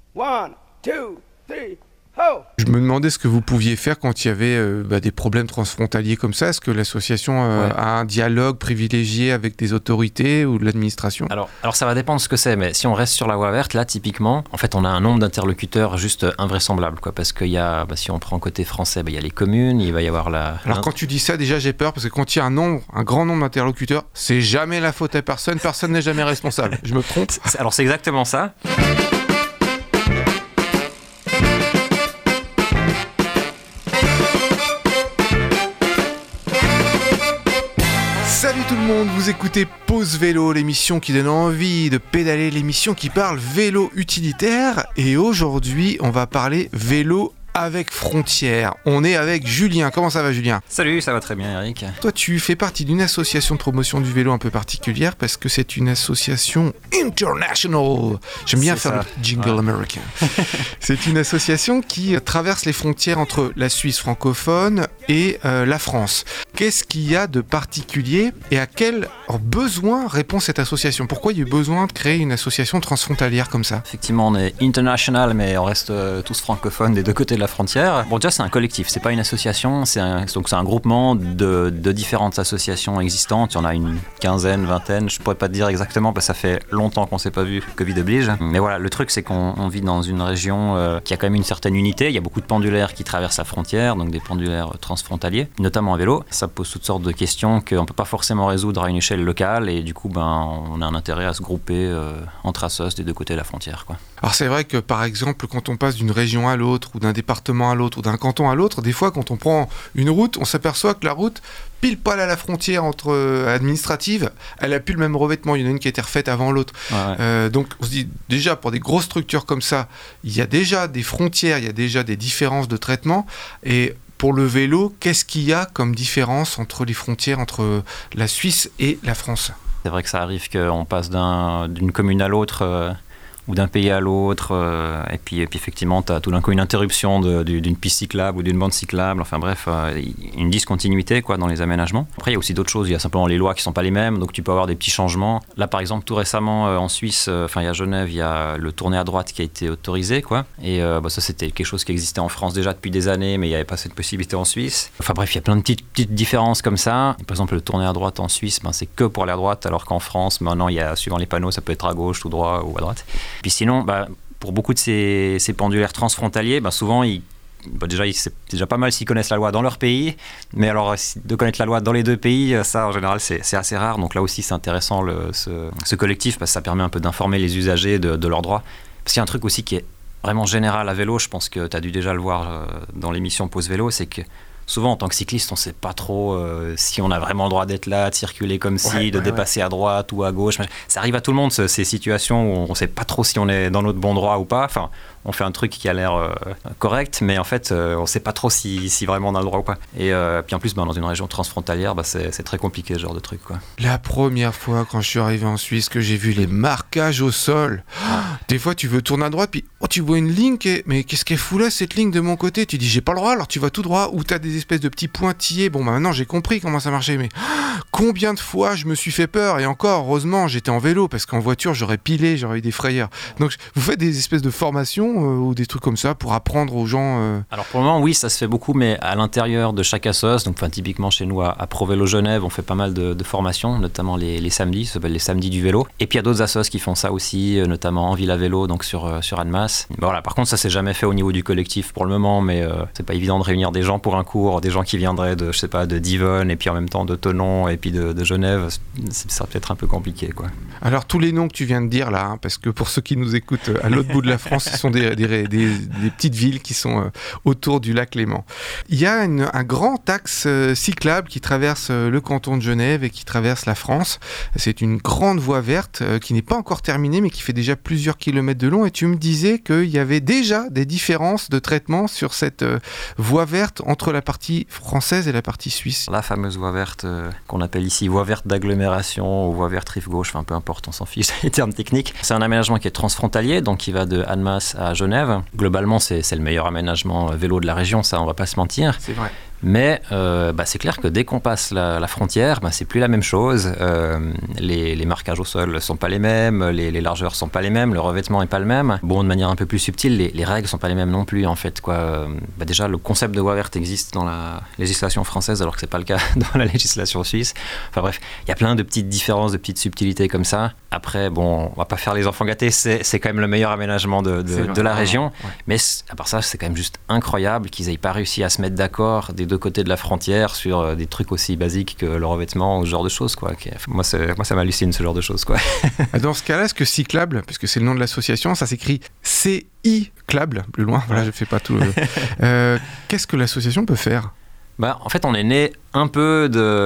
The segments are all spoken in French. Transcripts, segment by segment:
One, two, three, ho! Je me demandais ce que vous pouviez faire quand il y avait des problèmes transfrontaliers comme ça. Est-ce que l'association a un dialogue privilégié avec des autorités ou de l'administration ? Alors ça va dépendre de ce que c'est, mais si on reste sur la voie verte, là typiquement, en fait on a un nombre d'interlocuteurs juste invraisemblable, quoi, parce qu'il y a, si on prend côté français, il y a les communes, il va y avoir la... Alors quand tu dis ça, déjà j'ai peur, parce que quand il y a un grand nombre d'interlocuteurs, c'est jamais la faute à personne n'est jamais responsable. Je me trompe ? Alors c'est exactement ça. Salut tout le monde, vous écoutez Pause Vélo, l'émission qui donne envie de pédaler, l'émission qui parle vélo utilitaire. Et aujourd'hui, on va parler vélo avec frontières. On est avec Julien. Comment ça va, Julien ? Salut, ça va très bien, Eric. Toi, tu fais partie d'une association de promotion du vélo un peu particulière parce que c'est une association international. J'aime bien faire le jingle américain. C'est une association qui traverse les frontières entre la Suisse francophone et la France. Qu'est-ce qu'il y a de particulier et à quel besoin répond cette association ? Pourquoi il y a eu besoin de créer une association transfrontalière comme ça ? Effectivement, on est international, mais on reste tous francophones des deux côtés de la frontière. Bon, déjà, c'est un collectif, c'est pas une association, c'est un groupement de différentes associations existantes. Il y en a une quinzaine, vingtaine, je pourrais pas te dire exactement parce que ça fait longtemps qu'on s'est pas vu, Covid oblige. Mais voilà, le truc, c'est qu'on vit dans une région qui a quand même une certaine unité. Il y a beaucoup de pendulaires qui traversent la frontière, donc des pendulaires transfrontaliers, notamment à vélo. Ça pose toutes sortes de questions qu'on peut pas forcément résoudre à une échelle locale et du coup, on a un intérêt à se grouper entre assos des deux côtés de la frontière, quoi. Alors c'est vrai que par exemple, quand on passe d'une région à l'autre, ou d'un département à l'autre, ou d'un canton à l'autre, des fois quand on prend une route, on s'aperçoit que la route, pile poil à la frontière administrative, elle a plus le même revêtement. Il y en a une qui a été refaite avant l'autre. Ouais. Donc on se dit déjà, pour des grosses structures comme ça, il y a déjà des frontières, il y a déjà des différences de traitement. Et pour le vélo, qu'est-ce qu'il y a comme différence entre les frontières entre la Suisse et la France ? C'est vrai que ça arrive qu'on passe d'une commune à l'autre... ou d'un pays à l'autre, et puis effectivement, tu as tout d'un coup une interruption d'une piste cyclable ou d'une bande cyclable, enfin bref, une discontinuité quoi, dans les aménagements. Après, il y a aussi d'autres choses, il y a simplement les lois qui ne sont pas les mêmes, donc tu peux avoir des petits changements. Là, par exemple, tout récemment, en Suisse, il y a Genève, il y a le tourné à droite qui a été autorisé, quoi, et ça, c'était quelque chose qui existait en France déjà depuis des années, mais il n'y avait pas cette possibilité en Suisse. Enfin bref, il y a plein de petites différences comme ça. Par exemple, le tourné à droite en Suisse, c'est que pour aller à droite, alors qu'en France, maintenant, suivant les panneaux, ça peut être à gauche, tout droit ou à droite. Puis sinon, pour beaucoup de ces pendulaires transfrontaliers, souvent, c'est déjà pas mal s'ils connaissent la loi dans leur pays, mais alors de connaître la loi dans les deux pays, ça en général c'est assez rare. Donc là aussi c'est intéressant ce collectif parce que ça permet un peu d'informer les usagers de leurs droits. Parce qu'il y a un truc aussi qui est vraiment général à vélo, je pense que tu as dû déjà le voir dans l'émission Pause Vélo, c'est que souvent, en tant que cycliste, on ne sait pas trop si on a vraiment le droit d'être là, de circuler comme si, de dépasser à droite ou à gauche. Ça arrive à tout le monde, ces situations où on ne sait pas trop si on est dans notre bon droit ou pas. Enfin, on fait un truc qui a l'air correct, mais en fait, on ne sait pas trop si vraiment on a le droit ou pas. Et puis en plus, dans une région transfrontalière, c'est très compliqué ce genre de truc, quoi. La première fois, quand je suis arrivé en Suisse, que j'ai vu les marquages au sol, des fois, tu veux tourner à droite, puis tu vois une ligne, mais qu'est-ce qu'elle fout là, cette ligne de mon côté ? Tu dis, j'ai pas le droit, alors tu vas tout droit, ou tu as des espèces de petits pointillés. Bon, maintenant, j'ai compris comment ça marchait, mais combien de fois je me suis fait peur ? Et encore, heureusement, j'étais en vélo, parce qu'en voiture, j'aurais pilé, j'aurais eu des frayeurs. Donc, vous faites des espèces de formations ou des trucs comme ça pour apprendre aux gens Alors, pour le moment, oui, ça se fait beaucoup, mais à l'intérieur de chaque assos, donc typiquement chez nous à Pro Vélo Genève, on fait pas mal de formations, notamment les samedis, ça s'appelle les samedis du vélo. Et puis, il y a d'autres assos qui font ça aussi, notamment en ville à vélo, donc sur Annemasse. Voilà, par contre, ça s'est jamais fait au niveau du collectif pour le moment, mais c'est pas évident de réunir des gens pour un cours, des gens qui viendraient de Divonne et puis en même temps de Thonon et puis de Genève, ça peut être un peu compliqué, quoi. Alors tous les noms que tu viens de dire là, parce que pour ceux qui nous écoutent à l'autre bout de la France, ce sont des petites villes qui sont autour du lac Léman. Il y a un grand axe cyclable qui traverse le canton de Genève et qui traverse la France. C'est une grande voie verte qui n'est pas encore terminée mais qui fait déjà plusieurs kilomètres de long, et tu me disais qu'il y avait déjà des différences de traitement sur cette voie verte entre la partie française et la partie suisse. La fameuse voie verte qu'on appelle ici voie verte d'agglomération ou voie verte rive gauche, peu importe, on s'en fiche des termes techniques. C'est un aménagement qui est transfrontalier, donc qui va de Annemasse à Genève. Globalement, c'est le meilleur aménagement vélo de la région, ça on va pas se mentir. C'est vrai. Mais c'est clair que dès qu'on passe la frontière, c'est plus la même chose. Les marquages au sol ne sont pas les mêmes, les largeurs ne sont pas les mêmes, le revêtement n'est pas le même. Bon, de manière un peu plus subtile, les règles ne sont pas les mêmes non plus, en fait, quoi. Déjà, le concept de voie verte existe dans la législation française, alors que ce n'est pas le cas dans la législation suisse. Enfin bref, il y a plein de petites différences, de petites subtilités comme ça. Après, bon, on ne va pas faire les enfants gâtés, c'est quand même le meilleur aménagement de la région. Ouais. Mais à part ça, c'est quand même juste incroyable qu'ils n'aient pas réussi à se mettre d'accord des deux côtés de la frontière sur des trucs aussi basiques que le revêtement ou ce genre de choses, quoi. Moi, ça m'hallucine, ce genre de choses, quoi. Dans ce cas-là, est-ce que Cyclable, parce que c'est le nom de l'association, ça s'écrit CI-Clable, plus loin, voilà, je ne fais pas tout. Qu'est-ce que l'association peut faire ? En fait, on est né un peu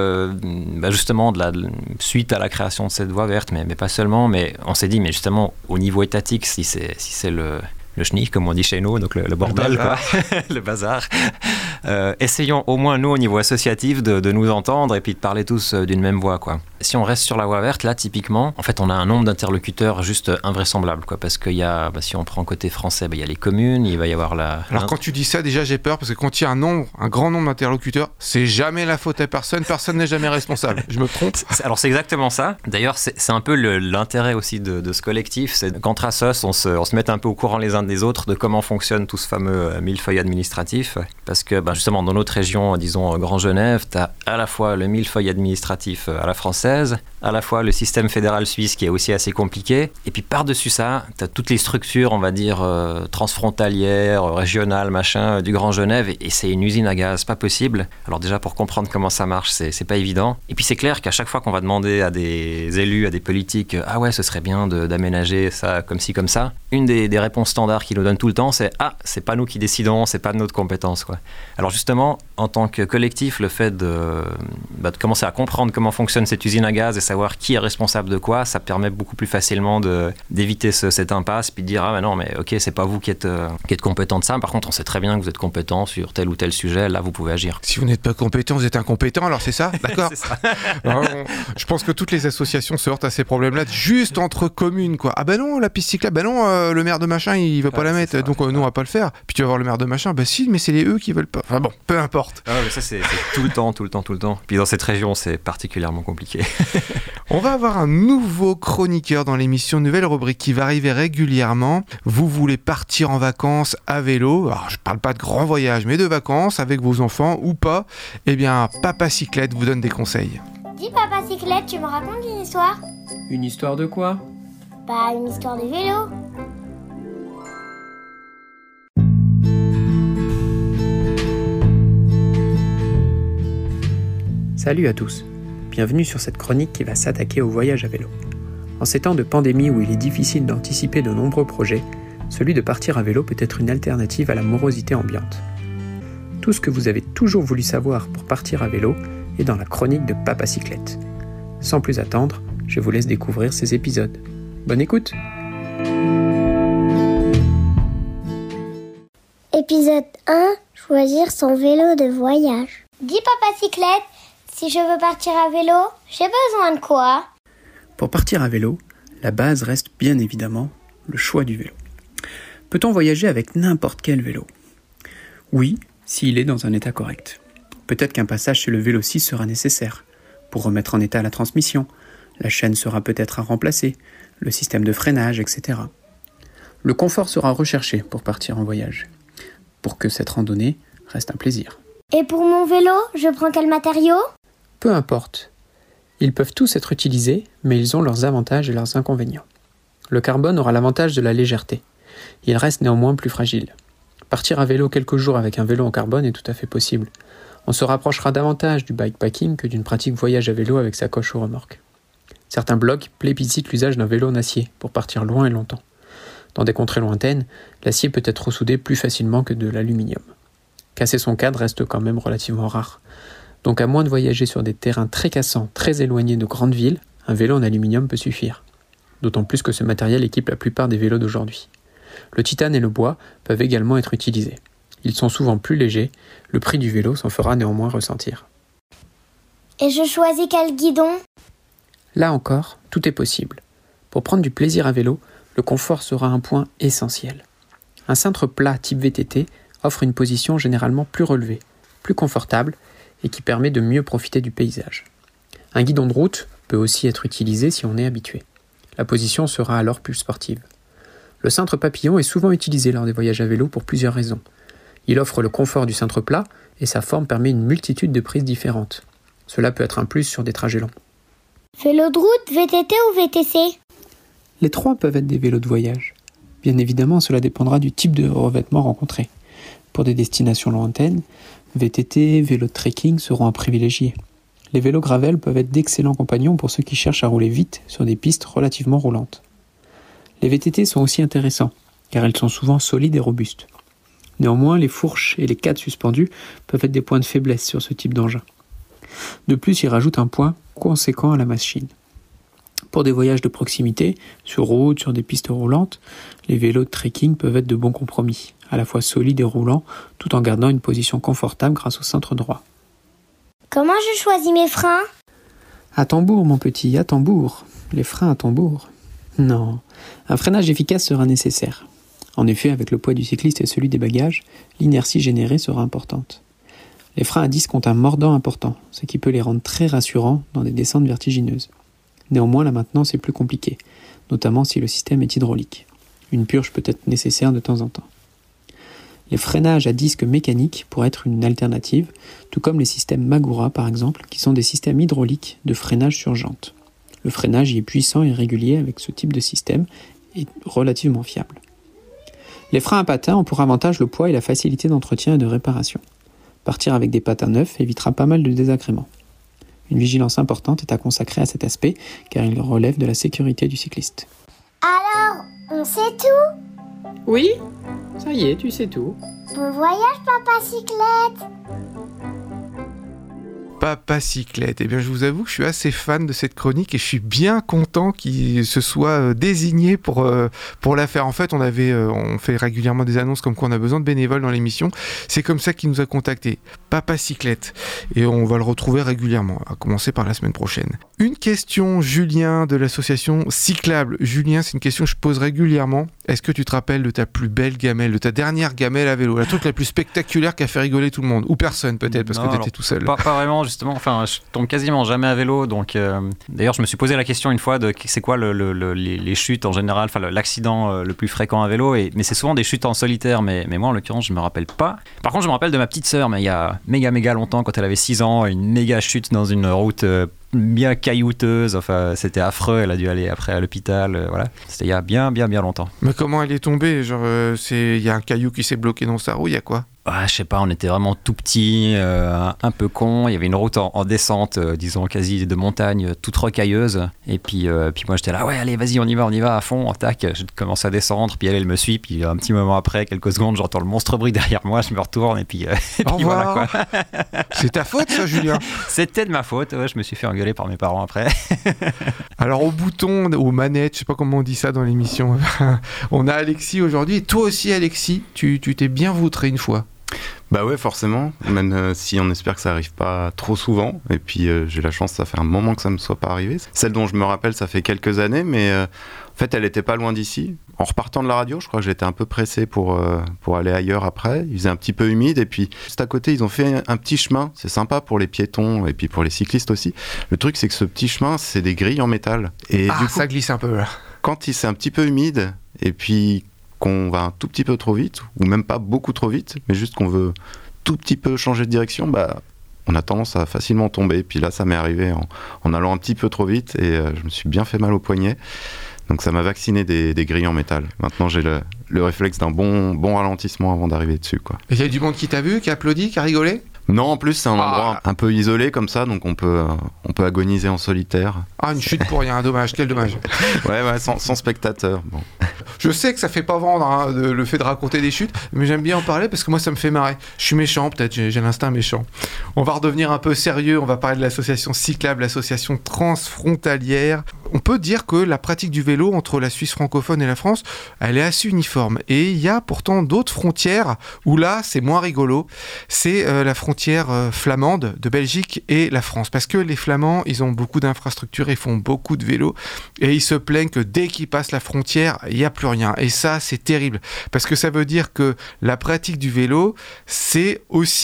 justement suite à la création de cette voie verte, mais pas seulement. Mais on s'est dit, mais justement, au niveau étatique, si c'est le schnick, comme on dit chez nous, donc le bordel, quoi, le bazar. Essayons au moins, nous, au niveau associatif, de nous entendre et puis de parler tous d'une même voix, quoi. Si on reste sur la voie verte, là, typiquement, en fait, on a un nombre d'interlocuteurs juste invraisemblable, quoi, parce qu'il y a, si on prend côté français, il y a les communes, il va y avoir Alors, quand tu dis ça, déjà, j'ai peur, parce que quand il y a un grand nombre d'interlocuteurs, c'est jamais la faute à personne n'est jamais responsable. Je me trompe ? Alors, c'est exactement ça. D'ailleurs, c'est un peu l'intérêt aussi de ce collectif, c'est qu'entre assos, on se mette un peu au courant les uns des autres de comment fonctionne tout ce fameux millefeuille administratif, parce que, justement, dans notre région, disons Grand Genève, tu as à la fois le millefeuille administratif à la française, à la fois le système fédéral suisse qui est aussi assez compliqué, et puis par-dessus ça, tu as toutes les structures, on va dire, transfrontalières, régionales, machin, du Grand Genève, et c'est une usine à gaz, pas possible. Alors déjà, pour comprendre comment ça marche, c'est pas évident. Et puis c'est clair qu'à chaque fois qu'on va demander à des élus, à des politiques, ah ouais, ce serait bien d'aménager ça comme ci, comme ça, une des réponses standards qu'ils nous donnent tout le temps, c'est « Ah, c'est pas nous qui décidons, c'est pas de notre compétence, quoi ». Alors justement, en tant que collectif, le fait de commencer à comprendre comment fonctionne cette usine à gaz et savoir qui est responsable de quoi, ça permet beaucoup plus facilement d'éviter cette impasse, puis de dire « Ah, non, mais ok, c'est pas vous qui êtes compétent de ça, par contre, on sait très bien que vous êtes compétent sur tel ou tel sujet, là, vous pouvez agir. » Si vous n'êtes pas compétent, vous êtes incompétent, alors c'est ça ? D'accord. C'est ça. Alors, je pense que toutes les associations se heurtent à ces problèmes-là, juste entre communes, quoi. Ah non, la piste cyclable, non, le maire de machin, il va pas la mettre, donc nous, on va pas le faire. Puis tu vas voir le maire de machin, si, mais c'est eux qui veulent pas. Enfin bon, peu importe. Ah, mais ça, c'est tout le temps. Puis dans cette région, c'est particulièrement compliqué. On va avoir un nouveau chroniqueur dans l'émission, nouvelle rubrique qui va arriver régulièrement. Vous voulez partir en vacances à vélo, alors je parle pas de grand voyage, mais de vacances avec vos enfants ou pas, eh bien Papa Cyclette vous donne des conseils. Dis Papa Cyclette, tu me racontes une histoire ? Une histoire de quoi ? Une histoire de vélo. Salut à tous, bienvenue sur cette chronique qui va s'attaquer au voyage à vélo. En ces temps de pandémie où il est difficile d'anticiper de nombreux projets, celui de partir à vélo peut être une alternative à la morosité ambiante. Tout ce que vous avez toujours voulu savoir pour partir à vélo est dans la chronique de Papa Cyclette. Sans plus attendre, je vous laisse découvrir ces épisodes. Bonne écoute! Épisode 1, choisir son vélo de voyage. Dis Papa Cyclette, si je veux partir à vélo, j'ai besoin de quoi ? Pour partir à vélo, la base reste bien évidemment le choix du vélo. Peut-on voyager avec n'importe quel vélo ? Oui, s'il est dans un état correct. Peut-être qu'un passage chez le Vélo6 sera nécessaire pour remettre en état la transmission. La chaîne sera peut-être à remplacer, le système de freinage, etc. Le confort sera recherché pour partir en voyage, pour que cette randonnée reste un plaisir. Et pour mon vélo, je prends quel matériau ? Peu importe. Ils peuvent tous être utilisés, mais ils ont leurs avantages et leurs inconvénients. Le carbone aura l'avantage de la légèreté. Il reste néanmoins plus fragile. Partir à vélo quelques jours avec un vélo en carbone est tout à fait possible. On se rapprochera davantage du bikepacking que d'une pratique voyage à vélo avec sacoche ou remorque. Certains blogs plébiscitent l'usage d'un vélo en acier pour partir loin et longtemps. Dans des contrées lointaines, l'acier peut être ressoudé plus facilement que de l'aluminium. Casser son cadre reste quand même relativement rare. Donc à moins de voyager sur des terrains très cassants, très éloignés de grandes villes, un vélo en aluminium peut suffire. D'autant plus que ce matériel équipe la plupart des vélos d'aujourd'hui. Le titane et le bois peuvent également être utilisés. Ils sont souvent plus légers, le prix du vélo s'en fera néanmoins ressentir. Et je choisis quel guidon ? Là encore, tout est possible. Pour prendre du plaisir à vélo, le confort sera un point essentiel. Un cintre plat type VTT offre une position généralement plus relevée. plus confortable et qui permet de mieux profiter du paysage. Un guidon de route peut aussi être utilisé si on est habitué. La position sera alors plus sportive. Le cintre papillon est souvent utilisé lors des voyages à vélo pour plusieurs raisons. Il offre le confort du cintre plat et sa forme permet une multitude de prises différentes. Cela peut être un plus sur des trajets longs. Vélo de route, VTT ou VTC? Les trois peuvent être des vélos de voyage. Bien évidemment, cela dépendra du type de revêtement rencontré. Pour des destinations lointaines, VTT, vélos de trekking seront à privilégier. Les vélos gravel peuvent être d'excellents compagnons pour ceux qui cherchent à rouler vite sur des pistes relativement roulantes. Les VTT sont aussi intéressants, car elles sont souvent solides et robustes. Néanmoins, les fourches et les cadres suspendus peuvent être des points de faiblesse sur ce type d'engin. De plus, ils rajoutent un poids conséquent à la machine. Pour des voyages de proximité, sur route, sur des pistes roulantes, les vélos de trekking peuvent être de bons compromis, à la fois solides et roulants, tout en gardant une position confortable grâce au cintre droit. Comment je choisis mes freins? À tambour, mon petit, à tambour. Les freins à tambour. Non, un freinage efficace sera nécessaire. En effet, avec le poids du cycliste et celui des bagages, l'inertie générée sera importante. Les freins à disque ont un mordant important, ce qui peut les rendre très rassurants dans des descentes vertigineuses. Néanmoins, la maintenance est plus compliquée, notamment si le système est hydraulique. Une purge peut être nécessaire de temps en temps. Les freinages à disque mécaniques pourraient être une alternative, tout comme les systèmes Magura par exemple, qui sont des systèmes hydrauliques de freinage sur jante. Le freinage y est puissant et régulier avec ce type de système et relativement fiable. Les freins à patins ont pour avantage le poids et la facilité d'entretien et de réparation. Partir avec des patins neufs évitera pas mal de désagréments. Une vigilance importante est à consacrer à cet aspect, car il relève de la sécurité du cycliste. Alors, on sait tout? Oui, ça y est, tu sais tout. Bon voyage, papa cyclette! Papa Cyclette. Eh bien, je vous avoue que je suis assez fan de cette chronique et je suis bien content qu'il se soit désigné pour la faire. En fait, on fait régulièrement des annonces comme quoi on a besoin de bénévoles dans l'émission. C'est comme ça qu'il nous a contacté, Papa Cyclette. Et on va le retrouver régulièrement, à commencer par la semaine prochaine. Une question, Julien, de l'association Cyclable. Julien, c'est une question que je pose régulièrement. Est-ce que tu te rappelles de ta plus belle gamelle, de ta dernière gamelle à vélo, la truc la plus spectaculaire qui a fait rigoler tout le monde? Ou personne peut-être, parce que tu étais tout seul. Pas vraiment, justement. Enfin, je tombe quasiment jamais à vélo. Donc, d'ailleurs, je me suis posé la question une fois de c'est quoi les chutes en général, enfin l'accident le plus fréquent à vélo. Mais c'est souvent des chutes en solitaire. Mais moi, en l'occurrence, je me rappelle pas. Par contre, je me rappelle de ma petite sœur, mais il y a méga longtemps, quand elle avait 6 ans, une méga chute dans une route bien caillouteuse. Enfin, c'était affreux. Elle a dû aller après à l'hôpital. Voilà. C'était il y a bien longtemps. Mais comment elle est tombée? Genre, il y a un caillou qui s'est bloqué dans sa roue, il y a quoi? Je sais pas, on était vraiment tout petits, un peu cons. Il y avait une route en descente, disons quasi de montagne, toute rocailleuse. Et puis moi j'étais là, ouais, allez, vas-y, on y va à fond. Tac, je commence à descendre, puis elle me suit. Puis un petit moment après, quelques secondes, j'entends le monstre bruit derrière moi, je me retourne et puis voilà quoi. C'est ta faute ça, Julien? C'était de ma faute, ouais, je me suis fait engueuler par mes parents après. Alors au bouton, aux manettes, je sais pas comment on dit ça dans l'émission, on a Alexis aujourd'hui. Et toi aussi Alexis, tu t'es bien voutré une fois. Bah ouais, forcément, même si on espère que ça arrive pas trop souvent. Et puis j'ai la chance, ça fait un moment que ça me soit pas arrivé. Celle dont je me rappelle, ça fait quelques années, mais en fait, elle était pas loin d'ici. En repartant de la radio, je crois que j'étais un peu pressé pour aller ailleurs après. Il faisait un petit peu humide et puis juste à côté, ils ont fait un petit chemin. C'est sympa pour les piétons et puis pour les cyclistes aussi. Le truc, c'est que ce petit chemin, c'est des grilles en métal. Et du coup, ça glisse un peu là. Quand c'est un petit peu humide et puis qu'on va un tout petit peu trop vite, ou même pas beaucoup trop vite, mais juste qu'on veut tout petit peu changer de direction, bah, on a tendance à facilement tomber. Puis là, ça m'est arrivé en allant un petit peu trop vite et je me suis bien fait mal au poignet. Donc ça m'a vacciné des grilles en métal. Maintenant, j'ai le réflexe d'un bon ralentissement avant d'arriver dessus, quoi. Et il y a du monde qui t'a vu, qui a applaudi, qui a rigolé? Non, en plus, c'est un endroit un peu isolé comme ça, donc on peut agoniser en solitaire. Ah, une chute pour rien, dommage, quel dommage. Ouais, sans spectateur. Bon. Je sais que ça fait pas vendre hein, le fait de raconter des chutes, mais j'aime bien en parler parce que moi ça me fait marrer. Je suis méchant, peut-être, j'ai l'instinct méchant. On va redevenir un peu sérieux, on va parler de l'association Cyclable, l'association transfrontalière. On peut dire que la pratique du vélo entre la Suisse francophone et la France, elle est assez uniforme. Et il y a pourtant d'autres frontières où là, c'est moins rigolo. C'est la frontière flamande de Belgique et la France. Parce que les Flamands, ils ont beaucoup d'infrastructures, ils font beaucoup de vélos. Et ils se plaignent que dès qu'ils passent la frontière, il n'y a plus rien. Et ça, c'est terrible. Parce que ça veut dire que la pratique du vélo, c'est aussi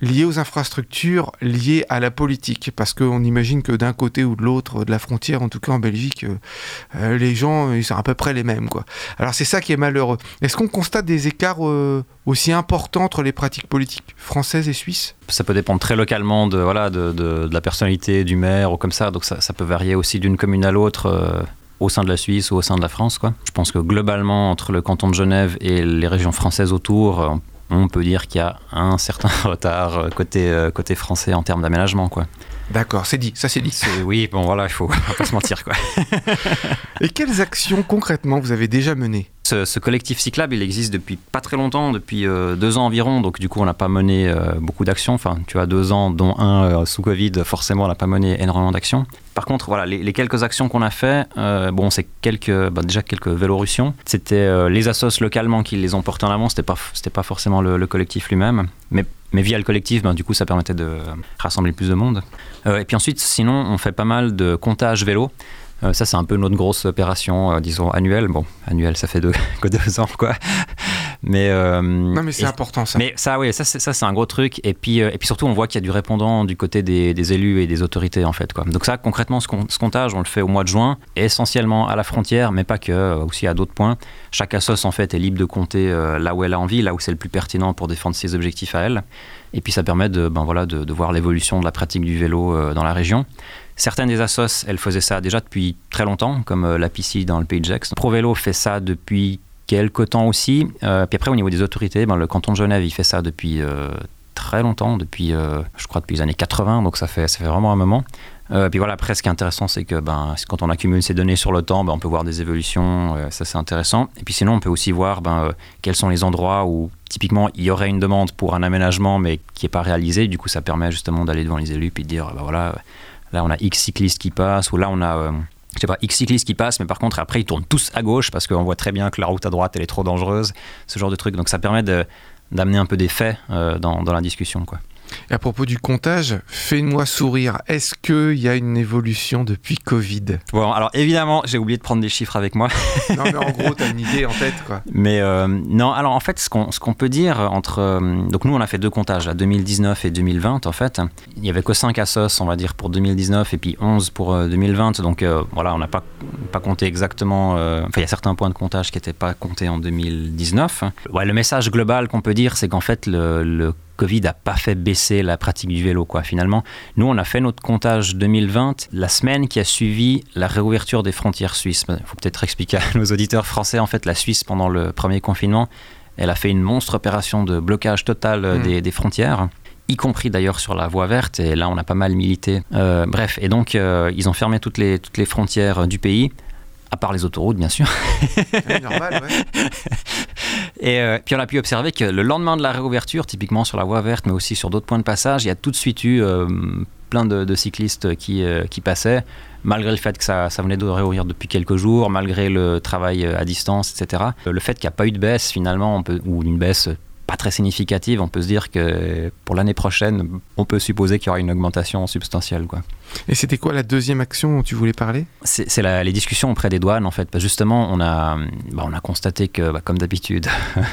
liées aux infrastructures, liées à la politique, parce qu'on imagine que d'un côté ou de l'autre de la frontière, en tout cas en Belgique, les gens ils sont à peu près les mêmes, quoi. Alors c'est ça qui est malheureux. Est-ce qu'on constate des écarts aussi importants entre les pratiques politiques françaises et suisses ? Ça peut dépendre très localement de la personnalité du maire ou comme ça, donc ça peut varier aussi d'une commune à l'autre. Au sein de la Suisse ou au sein de la France, quoi. Je pense que globalement, entre le canton de Genève et les régions françaises autour, on peut dire qu'il y a un certain retard côté français en termes d'aménagement, quoi. D'accord, c'est dit, ça c'est dit. Oui, bon voilà, il faut pas se mentir, quoi. Et quelles actions concrètement vous avez déjà menées ? Ce collectif cyclable, il existe depuis pas très longtemps, depuis 2 ans environ, donc du coup on n'a pas mené beaucoup d'actions, enfin tu as 2 ans, dont un sous Covid, forcément on n'a pas mené énormément d'actions. Par contre, voilà, les quelques actions qu'on a fait, c'est déjà quelques Vélorussions. C'était les assos localement qui les ont portés en avant, c'était pas forcément le collectif lui-même, mais via le collectif, du coup ça permettait de rassembler plus de monde. Et puis ensuite, sinon, on fait pas mal de comptage vélo. Ça, c'est un peu notre grosse opération, disons, annuelle. Bon, annuelle, ça fait que 2 ans, quoi. Mais, non, mais c'est important, ça. Mais ça, oui, ça c'est un gros truc. Et puis surtout, on voit qu'il y a du répondant du côté des élus et des autorités, en fait, quoi. Donc ça, concrètement, ce comptage, on le fait au mois de juin, essentiellement à la frontière, mais pas que, aussi à d'autres points. Chaque assos, en fait, est libre de compter là où elle a envie, là où c'est le plus pertinent pour défendre ses objectifs à elle. Et puis ça permet de voir l'évolution de la pratique du vélo dans la région. Certaines des assos, elles faisaient ça déjà depuis très longtemps, comme la PICI dans le Pays de Gex. ProVélo fait ça depuis quelques temps aussi. Puis après, au niveau des autorités, le canton de Genève, il fait ça depuis très longtemps, je crois depuis les années 80, donc ça fait vraiment un moment. Puis voilà, après, ce qui est intéressant, c'est que quand on accumule ces données sur le temps, on peut voir des évolutions, ça c'est intéressant. Et puis sinon, on peut aussi voir quels sont les endroits où, typiquement, il y aurait une demande pour un aménagement, mais qui n'est pas réalisé. Du coup, ça permet justement d'aller devant les élus et de dire, là, on a X cyclistes qui passent, ou là, on a... X cyclistes qui passent, mais par contre, après, ils tournent tous à gauche parce qu'on voit très bien que la route à droite, elle est trop dangereuse, ce genre de truc. Donc, ça permet d'amener un peu des faits dans la discussion, quoi. Et à propos du comptage, fais-moi sourire. Est-ce qu'il y a une évolution depuis Covid ? Bon, alors évidemment, j'ai oublié de prendre des chiffres avec moi. Non, mais en gros, tu as une idée en tête, quoi. Mais non, alors en fait, ce qu'on peut dire entre... donc nous, on a fait 2 comptages, 2019 et 2020, en fait. Il n'y avait que 5 assos, on va dire, pour 2019 et puis 11 pour 2020. Donc on n'a pas compté exactement... il y a certains points de comptage qui n'étaient pas comptés en 2019. Ouais, le message global qu'on peut dire, c'est qu'en fait, le Covid n'a pas fait baisser la pratique du vélo, quoi. Finalement, nous, on a fait notre comptage 2020 la semaine qui a suivi la réouverture des frontières suisses. Il faut peut-être expliquer à nos auditeurs français, en fait, la Suisse, pendant le premier confinement, elle a fait une monstre opération de blocage total des frontières, y compris d'ailleurs sur la voie verte, et là, on a pas mal milité. Bref, et donc, ils ont fermé toutes les frontières du pays, à part les autoroutes, bien sûr. C'est normal, ouais. Et puis on a pu observer que le lendemain de la réouverture, typiquement sur la voie verte, mais aussi sur d'autres points de passage, il y a tout de suite eu plein de cyclistes qui passaient, malgré le fait que ça venait de réouvrir depuis quelques jours, malgré le travail à distance, etc. Le fait qu'il n'y a pas eu de baisse, finalement, ou une baisse pas très significative, on peut se dire que pour l'année prochaine, on peut supposer qu'il y aura une augmentation substantielle, quoi. Et c'était quoi la deuxième action dont tu voulais parler ? C'est les discussions auprès des douanes, en fait. Parce que justement, on a constaté que, comme d'habitude,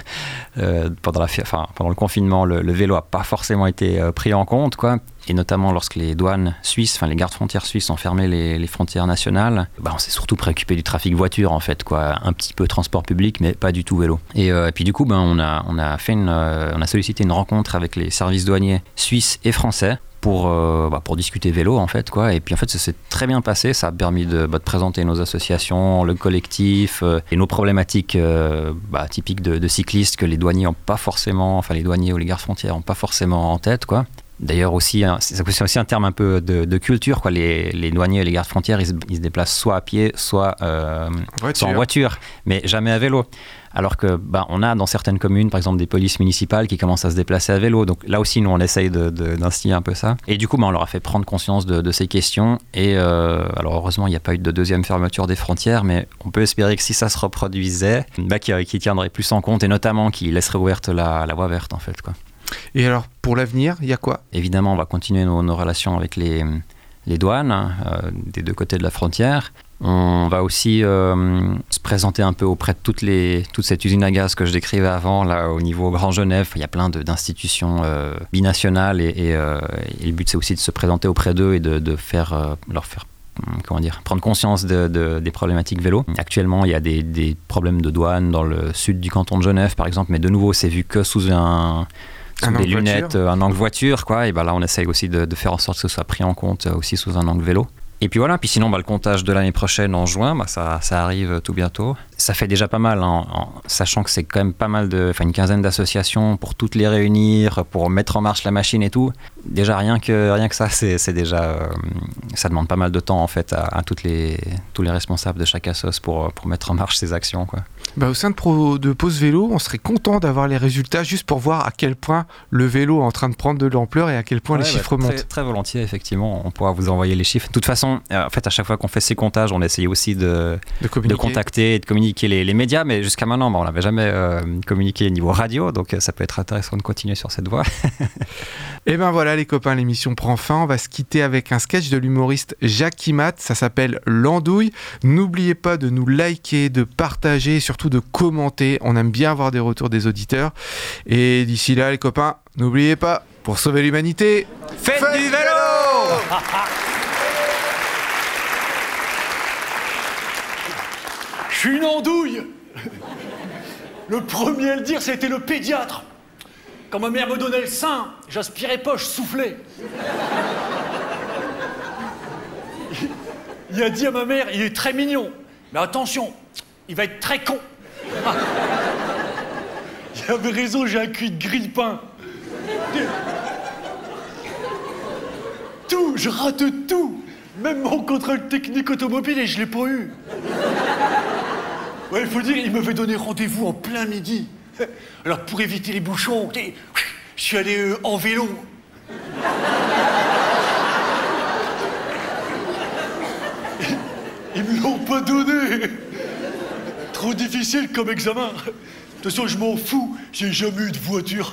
pendant le confinement, le vélo n'a pas forcément été pris en compte, quoi. Et notamment lorsque les douanes suisses, les gardes-frontières suisses ont fermé les frontières nationales, on s'est surtout préoccupé du trafic voiture, en fait, quoi. Un petit peu transport public, mais pas du tout vélo. Et puis du coup, on a sollicité une rencontre avec les services douaniers suisses et français pour discuter vélo, en fait, quoi. Et puis en fait, ça s'est très bien passé. Ça a permis de présenter nos associations, le collectif et nos problématiques typiques de cyclistes que les douaniers ont pas forcément, les douaniers ou les gardes-frontières n'ont pas forcément en tête, quoi. D'ailleurs aussi, c'est aussi un terme un peu de culture, quoi. Les douaniers et les gardes-frontières, ils se déplacent soit à pied, soit en voiture, mais jamais à vélo. Alors que on a dans certaines communes, par exemple des polices municipales qui commencent à se déplacer à vélo. Donc là aussi, nous, on essaye d'instiller un peu ça. Et du coup, on leur a fait prendre conscience de ces questions. Et alors heureusement, il n'y a pas eu de deuxième fermeture des frontières, mais on peut espérer que si ça se reproduisait, qu'ils tiendraient plus en compte et notamment qu'ils laisseraient ouverte la voie verte, en fait, quoi. Et alors, pour l'avenir, il y a quoi ? Évidemment, on va continuer nos relations avec les douanes des 2 côtés de la frontière. On va aussi se présenter un peu auprès de toute cette usine à gaz que je décrivais avant, là au niveau Grand Genève. Il y a plein d'institutions binationales et le but c'est aussi de se présenter auprès d'eux et de leur faire prendre conscience des problématiques vélo. Actuellement, il y a des problèmes de douane dans le sud du canton de Genève, par exemple, mais de nouveau, c'est vu que sous des lunettes, un angle voiture, quoi. Et ben là, on essaye aussi de faire en sorte que ce soit pris en compte aussi sous un angle vélo. Et puis voilà, puis sinon, le comptage de l'année prochaine en juin, ça arrive tout bientôt. Ça fait déjà pas mal, sachant que c'est quand même pas mal une quinzaine d'associations pour toutes les réunir, pour mettre en marche la machine et tout. Déjà, rien que ça, c'est déjà... ça demande pas mal de temps, en fait, à tous les responsables de chaque assos pour mettre en marche ces actions, quoi. Au sein de Pause Vélo, on serait content d'avoir les résultats juste pour voir à quel point le vélo est en train de prendre de l'ampleur et à quel point les chiffres montent. Très, très volontiers, effectivement. On pourra vous envoyer les chiffres. De toute façon, en fait, à chaque fois qu'on fait ces comptages, on essaye aussi de contacter et de communiquer les médias, mais jusqu'à maintenant, on n'avait jamais communiqué niveau radio, donc ça peut être intéressant de continuer sur cette voie. Et ben voilà les copains, l'émission prend fin. On va se quitter avec un sketch de l'humoriste Jacques Imat, ça s'appelle L'Andouille. N'oubliez pas de nous liker, de partager et surtout de commenter. On aime bien avoir des retours des auditeurs. Et d'ici là les copains, n'oubliez pas, pour sauver l'humanité, faites du vélo. Je suis une andouille. Le premier à le dire, c'était le pédiatre. Quand ma mère me donnait le sein, j'aspirais pas, je soufflais. Il a dit à ma mère, il est très mignon, mais attention, il va être très con. Il avait raison, j'ai un cul de grille-pain. Tout, je rate tout. Même mon contrôle technique automobile et je l'ai pas eu. Ouais, il faut dire, il m'avait donné rendez-vous en plein midi. Alors pour éviter les bouchons, je suis allé en vélo. Ils me l'ont pas donné. Trop difficile comme examen. De toute façon, je m'en fous, j'ai jamais eu de voiture.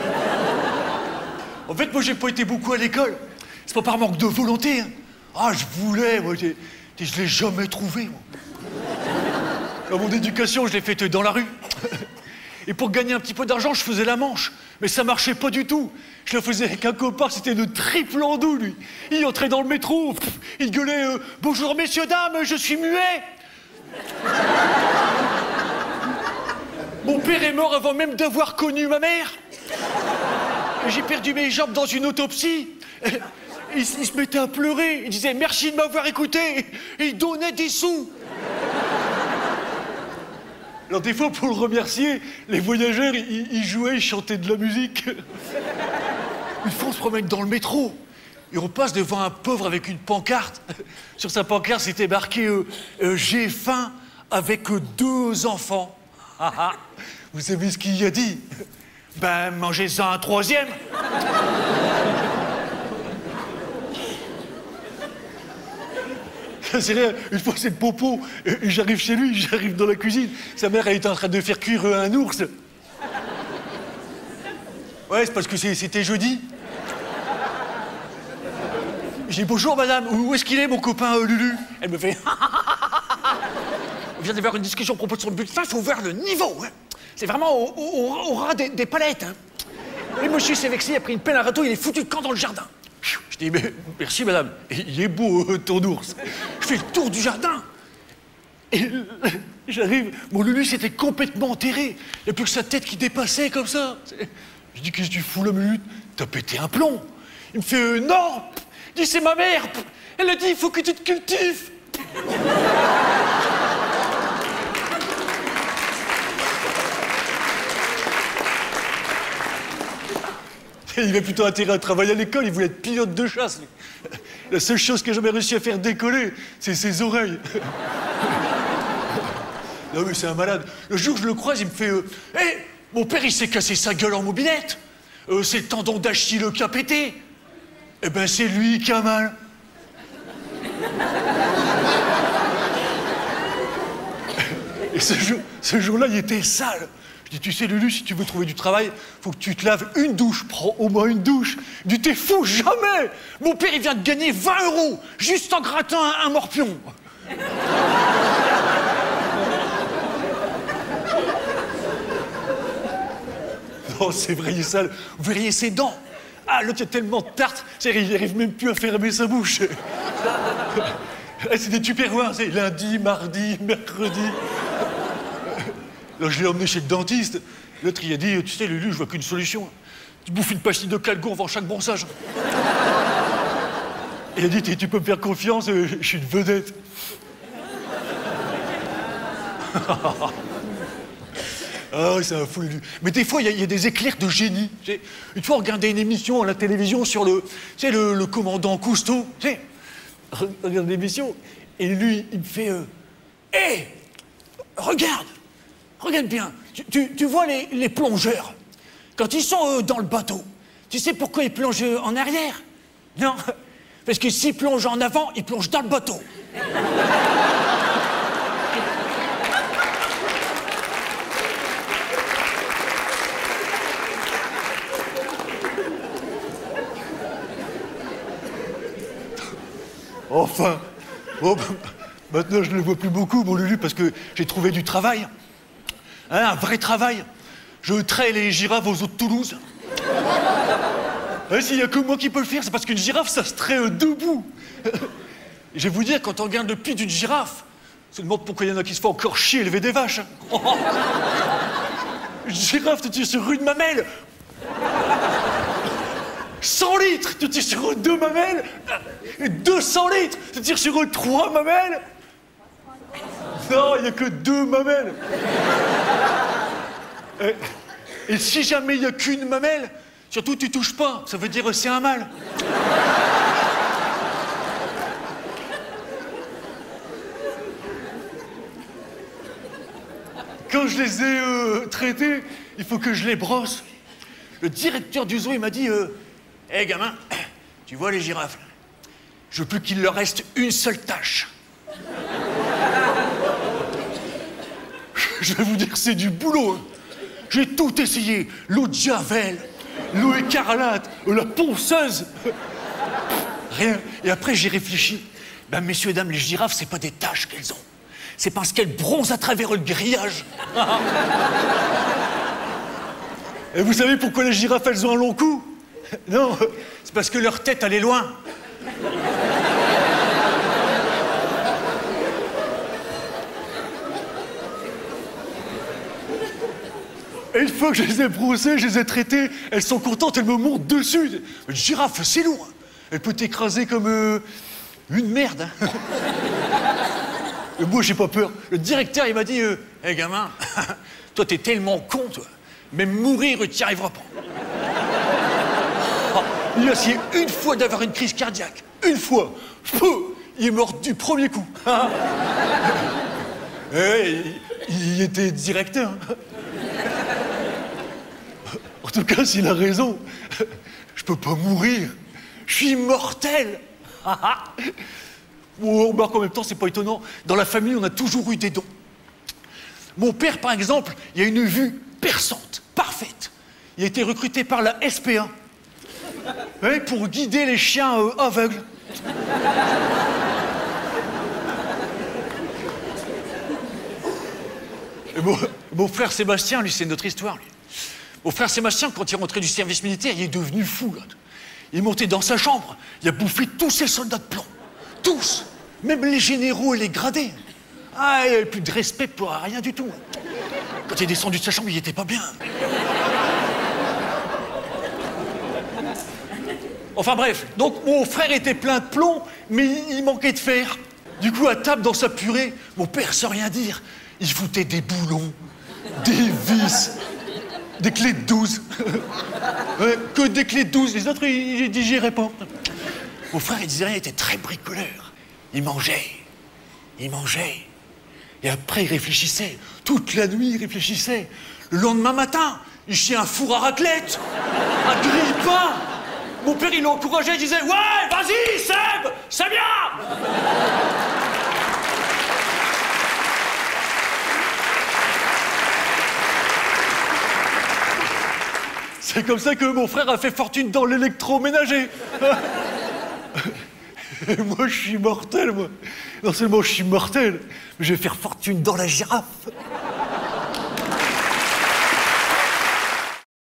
En fait, moi, j'ai pas été beaucoup à l'école. C'est pas par manque de volonté. Ah, je voulais, moi, je l'ai jamais trouvé, moi. Mon éducation, je l'ai faite dans la rue. Et pour gagner un petit peu d'argent, je faisais la manche. Mais ça marchait pas du tout. Je le faisais avec un copain, c'était de triple andouille, lui. Il entrait dans le métro, il gueulait « Bonjour messieurs, dames, je suis muet !» Mon père est mort avant même d'avoir connu ma mère. J'ai perdu mes jambes dans une autopsie. Il se mettait à pleurer. Il disait « Merci de m'avoir écouté !» Et il donnait des sous. Alors des fois, pour le remercier, les voyageurs, ils jouaient, ils chantaient de la musique. Une fois, on se promène dans le métro. Et on passe devant un pauvre avec une pancarte. Sur sa pancarte, c'était marqué « J'ai faim avec 2 enfants. » Vous savez ce qu'il a dit? Ben, mangez-en un 3e. C'est rien, une fois c'est le popo, j'arrive chez lui, j'arrive dans la cuisine, sa mère elle était en train de faire cuire un ours. Ouais, c'est parce que c'était jeudi. J'ai dit bonjour madame, où est-ce qu'il est mon copain Lulu? Elle me fait on vient d'avoir une discussion à propos de son bulletin, il faut voir le niveau. Hein. C'est vraiment au ras des palettes. Hein. Et monsieur s'est vexé, il a pris une pelle à râteau, il est foutu de camp dans le jardin. Je dis, mais merci madame, il est beau ton ours. Je fais le tour du jardin. Et j'arrive, mon Lulu s'était complètement enterré. Il n'y a plus que sa tête qui dépassait comme ça. Je dis, qu'est-ce que tu fous la minute? T'as pété un plomb. Il me fait, non. Il dit, c'est ma mère. Elle a dit, il faut que tu te cultives. Il avait plutôt intérêt à travailler à l'école, il voulait être pilote de chasse. La seule chose que j'ai jamais réussi à faire décoller, c'est ses oreilles. Non mais c'est un malade. Le jour où je le croise, il me fait hey, mon père il s'est cassé sa gueule en mobilette. C'est le tendon d'Achille qui a pété. Eh ben c'est lui qui a mal. Et ce jour-là, il était sale. Je dis, tu sais, Lulu, si tu veux trouver du travail, faut que tu te laves une douche. Prends au moins une douche. Il dit, t'es fou, jamais. Mon père, il vient de gagner 20 € juste en grattant un morpion. Non, c'est vrai, sale. Vous verriez ses dents. Ah, l'autre, il y a tellement de tartes, il n'arrive même plus à fermer sa bouche. C'est des tupperwares, c'est lundi, mardi, mercredi. Là, je l'ai emmené chez le dentiste. L'autre, il a dit, tu sais, Lulu, je vois qu'une solution. Tu bouffes une pastille de calgon avant chaque brossage. Il a dit, tu peux me faire confiance, je suis une vedette. Ah oui, c'est un fou, Lulu. Mais des fois, il y a des éclairs de génie. Tu sais. Une fois, on regardait une émission à la télévision sur le commandant Cousteau. Tu sais, on regarde l'émission, et lui, il me fait Hé, regarde bien. Tu vois les plongeurs, quand ils sont dans le bateau, tu sais pourquoi ils plongent en arrière? Non, parce que s'ils plongent en avant, ils plongent dans le bateau. Enfin, bon, maintenant je ne le vois plus beaucoup, mon Lulu, parce que j'ai trouvé du travail. Hein, un vrai travail. Je trais les girafes aux eaux de Toulouse. S'il n'y a que moi qui peux le faire, c'est parce qu'une girafe, ça se traite debout. Et je vais vous dire, quand on regarde le pied d'une girafe, on se demande pourquoi il y en a qui se font encore chier élever des vaches. Une girafe, tu tires sur une mamelle. 100 litres, tu tires sur 2 mamelles. Et 200 litres, tu tires sur 3 mamelles. Non, il n'y a que 2 mamelles. Et si jamais il n'y a qu'une mamelle, surtout tu touches pas, ça veut dire que c'est un mâle. Quand je les ai traités, il faut que je les brosse. Le directeur du zoo, il m'a dit Hé gamin, tu vois les girafes là, je veux plus qu'il leur reste une seule tâche. Je vais vous dire, c'est du boulot. Hein. J'ai tout essayé. L'eau de Javel, l'eau écarlate, la ponceuse. Rien. Et après, j'ai réfléchi. Ben, messieurs et dames, les girafes, c'est pas des taches qu'elles ont. C'est parce qu'elles bronzent à travers le grillage. Et vous savez pourquoi les girafes, elles ont un long cou? Non, c'est parce que leur tête, elle est loin. Et une fois que je les ai brossées, je les ai traitées, elles sont contentes, elles me montent dessus. Une girafe, c'est lourd. Elle peut t'écraser comme une merde. Hein. Et moi, j'ai pas peur. Le directeur, il m'a dit Hé gamin, toi, t'es tellement con, toi. Même mourir, tu n'y arriveras pas. Il a essayé une fois d'avoir une crise cardiaque. Une fois. Il est mort du premier coup. Il était directeur. En tout cas, s'il a raison, je peux pas mourir. Je suis immortel. Bon, remarque, en même temps, c'est pas étonnant. Dans la famille, on a toujours eu des dons. Mon père, par exemple, il a une vue perçante, parfaite. Il a été recruté par la SPA pour guider les chiens aveugles. Et mon frère Sébastien, lui, c'est notre histoire, lui. Mon frère Sébastien, quand il est rentré du service militaire, il est devenu fou. Là. Il est monté dans sa chambre, il a bouffé tous ses soldats de plomb. Tous. Même les généraux et les gradés. Ah, il n'avait plus de respect pour rien du tout. Quand il est descendu de sa chambre, il était pas bien. Enfin bref, donc mon frère était plein de plomb, mais il manquait de fer. Du coup, à table, dans sa purée, mon père, sans rien dire, il foutait des boulons, des vis, des clés de 12. Que des clés de 12, les autres, ils digéraient pas. Mon frère, il disait rien, il était très bricoleur. Il mangeait. Et après, il réfléchissait. Toute la nuit, il réfléchissait. Le lendemain matin, il chiait un four à raclette, un grille-pain. Mon père, il l'encourageait, il disait « Ouais, vas-y, Seb, c'est bien !» C'est comme ça que mon frère a fait fortune dans l'électroménager. Et moi, je suis mortel, moi. Non seulement je suis mortel, mais je vais faire fortune dans la girafe.